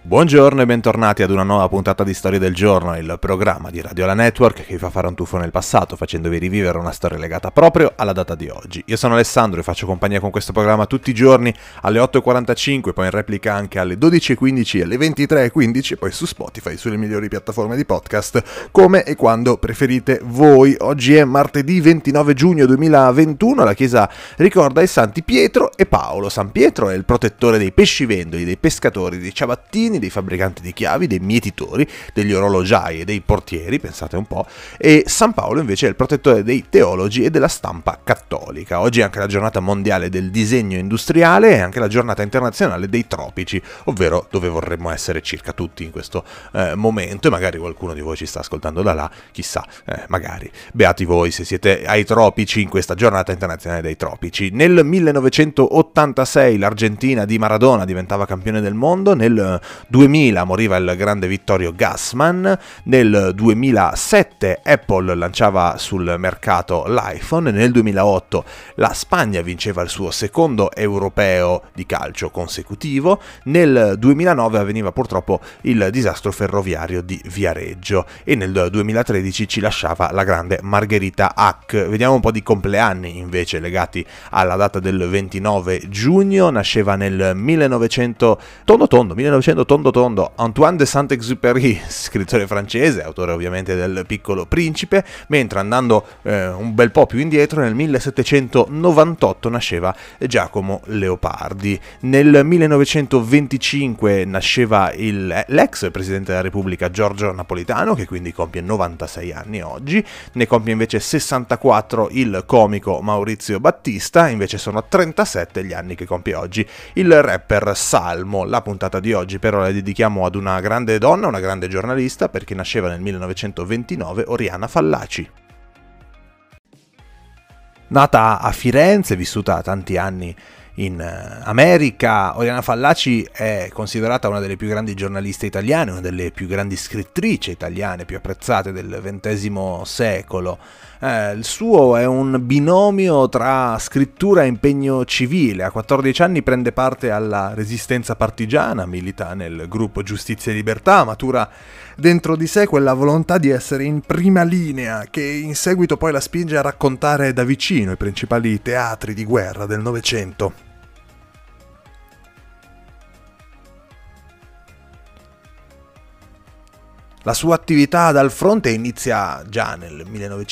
Buongiorno e bentornati ad una nuova puntata di Storie del Giorno, il programma di Radio La Network che vi fa fare un tuffo nel passato facendovi rivivere una storia legata proprio alla data di oggi. Io sono Alessandro e faccio compagnia con questo programma tutti i giorni alle 8.45, poi in replica anche alle 12.15 e alle 23.15, poi su Spotify, sulle migliori piattaforme di podcast, come e quando preferite voi. Oggi è martedì 29 giugno 2021, la chiesa ricorda i santi Pietro e Paolo. San Pietro è il protettore dei pescivendoli, dei pescatori, dei ciabattini, dei fabbricanti di chiavi, dei mietitori, degli orologiai e dei portieri, pensate un po', e San Paolo invece è il protettore dei teologi e della stampa cattolica. Oggi è anche la giornata mondiale del disegno industriale e anche la giornata internazionale dei tropici, ovvero dove vorremmo essere circa tutti in questo momento, e magari qualcuno di voi ci sta ascoltando da là, chissà, magari. Beati voi se siete ai tropici in questa giornata internazionale dei tropici. Nel 1986 l'Argentina di Maradona diventava campione del mondo, nel 2000 moriva il grande Vittorio Gassman, nel 2007 Apple lanciava sul mercato l'iPhone, nel 2008 la Spagna vinceva il suo secondo europeo di calcio consecutivo, nel 2009 avveniva purtroppo il disastro ferroviario di Viareggio e nel 2013 ci lasciava la grande Margherita Hack. Vediamo un po' di compleanni invece legati alla data del 29 giugno. Nasceva nel 1900 Antoine de Saint-Exupéry, scrittore francese, autore ovviamente del Piccolo Principe, mentre andando un bel po' più indietro, nel 1798 nasceva Giacomo Leopardi. Nel 1925 nasceva l'ex presidente della Repubblica Giorgio Napolitano, che quindi compie 96 anni oggi. Ne compie invece 64 il comico Maurizio Battista, invece sono 37 gli anni che compie oggi il rapper Salmo. La puntata di oggi però la dedichiamo ad una grande donna, una grande giornalista, perché nasceva nel 1929 Oriana Fallaci. Nata a Firenze, vissuta tanti anni in America, Oriana Fallaci è considerata una delle più grandi giornaliste italiane, una delle più grandi scrittrici italiane, più apprezzate del XX secolo. Il suo è un binomio tra scrittura e impegno civile. A 14 anni prende parte alla resistenza partigiana, milita nel gruppo Giustizia e Libertà, matura dentro di sé quella volontà di essere in prima linea che in seguito poi la spinge a raccontare da vicino i principali teatri di guerra del Novecento. La sua attività dal fronte inizia già nel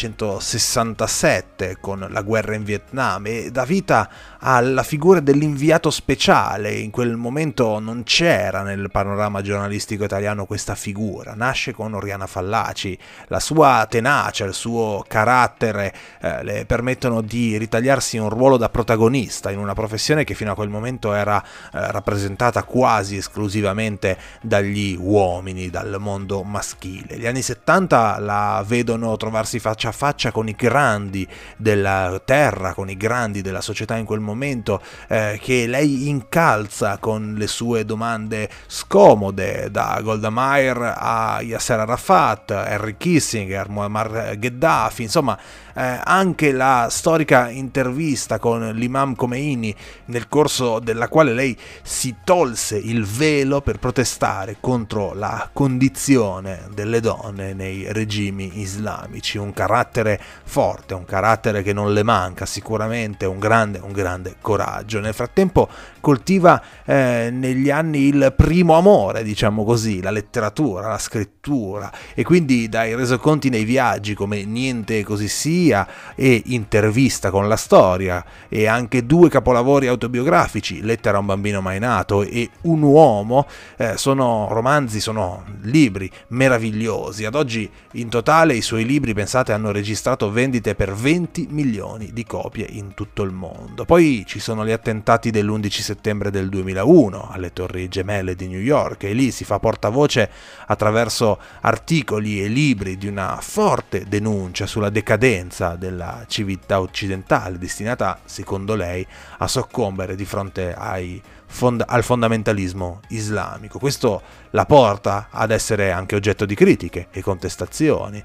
1967 con la guerra in Vietnam e dà vita alla figura dell'inviato speciale. In quel momento non c'era nel panorama giornalistico italiano questa figura. Nasce con Oriana Fallaci. La sua tenacia, il suo carattere le permettono di ritagliarsi un ruolo da protagonista in una professione che fino a quel momento era rappresentata quasi esclusivamente dagli uomini, dal mondo maschile. Gli anni 70 la vedono trovarsi faccia a faccia con i grandi della terra, con i grandi della società in quel momento, che lei incalza con le sue domande scomode, da Golda Meir a Yasser Arafat, Henry Kissinger, Muammar Gheddafi, insomma anche la storica intervista con l'imam Khomeini, nel corso della quale lei si tolse il velo per protestare contro la condizione delle donne nei regimi islamici. Un carattere forte, un carattere che non le manca sicuramente, un grande coraggio. Nel frattempo coltiva negli anni il primo amore, diciamo così, la letteratura, la scrittura, e quindi dai resoconti nei viaggi come Niente così sia e Intervista con la storia, e anche 2 capolavori autobiografici, Lettera a un bambino mai nato e Un uomo, sono romanzi, sono libri meravigliosi. Ad oggi in totale i suoi libri, pensate, hanno registrato vendite per 20 milioni di copie in tutto il mondo. Poi ci sono gli attentati dell'11 settembre del 2001 alle Torri Gemelle di New York, e lì si fa portavoce attraverso articoli e libri di una forte denuncia sulla decadenza della civiltà occidentale, destinata, secondo lei, a soccombere di fronte al fondamentalismo islamico. Questo la porta ad essere anche oggetto di critiche e contestazioni.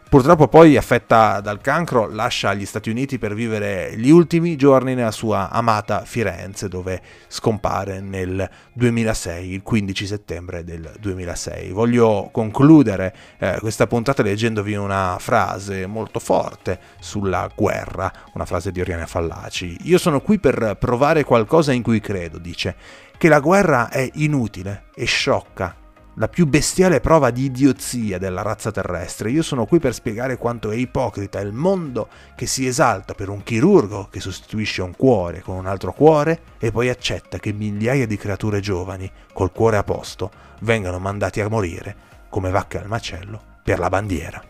Purtroppo poi, affetta dal cancro, lascia gli Stati Uniti per vivere gli ultimi giorni nella sua amata Firenze, dove scompare nel 2006, il 15 settembre del 2006. Voglio concludere questa puntata leggendovi una frase molto forte sulla guerra, una frase di Oriana Fallaci. Io sono qui per provare qualcosa in cui credo, dice, che la guerra è inutile e sciocca, la più bestiale prova di idiozia della razza terrestre. Io sono qui per spiegare quanto è ipocrita il mondo che si esalta per un chirurgo che sostituisce un cuore con un altro cuore e poi accetta che migliaia di creature giovani, col cuore a posto, vengano mandati a morire come vacche al macello per la bandiera.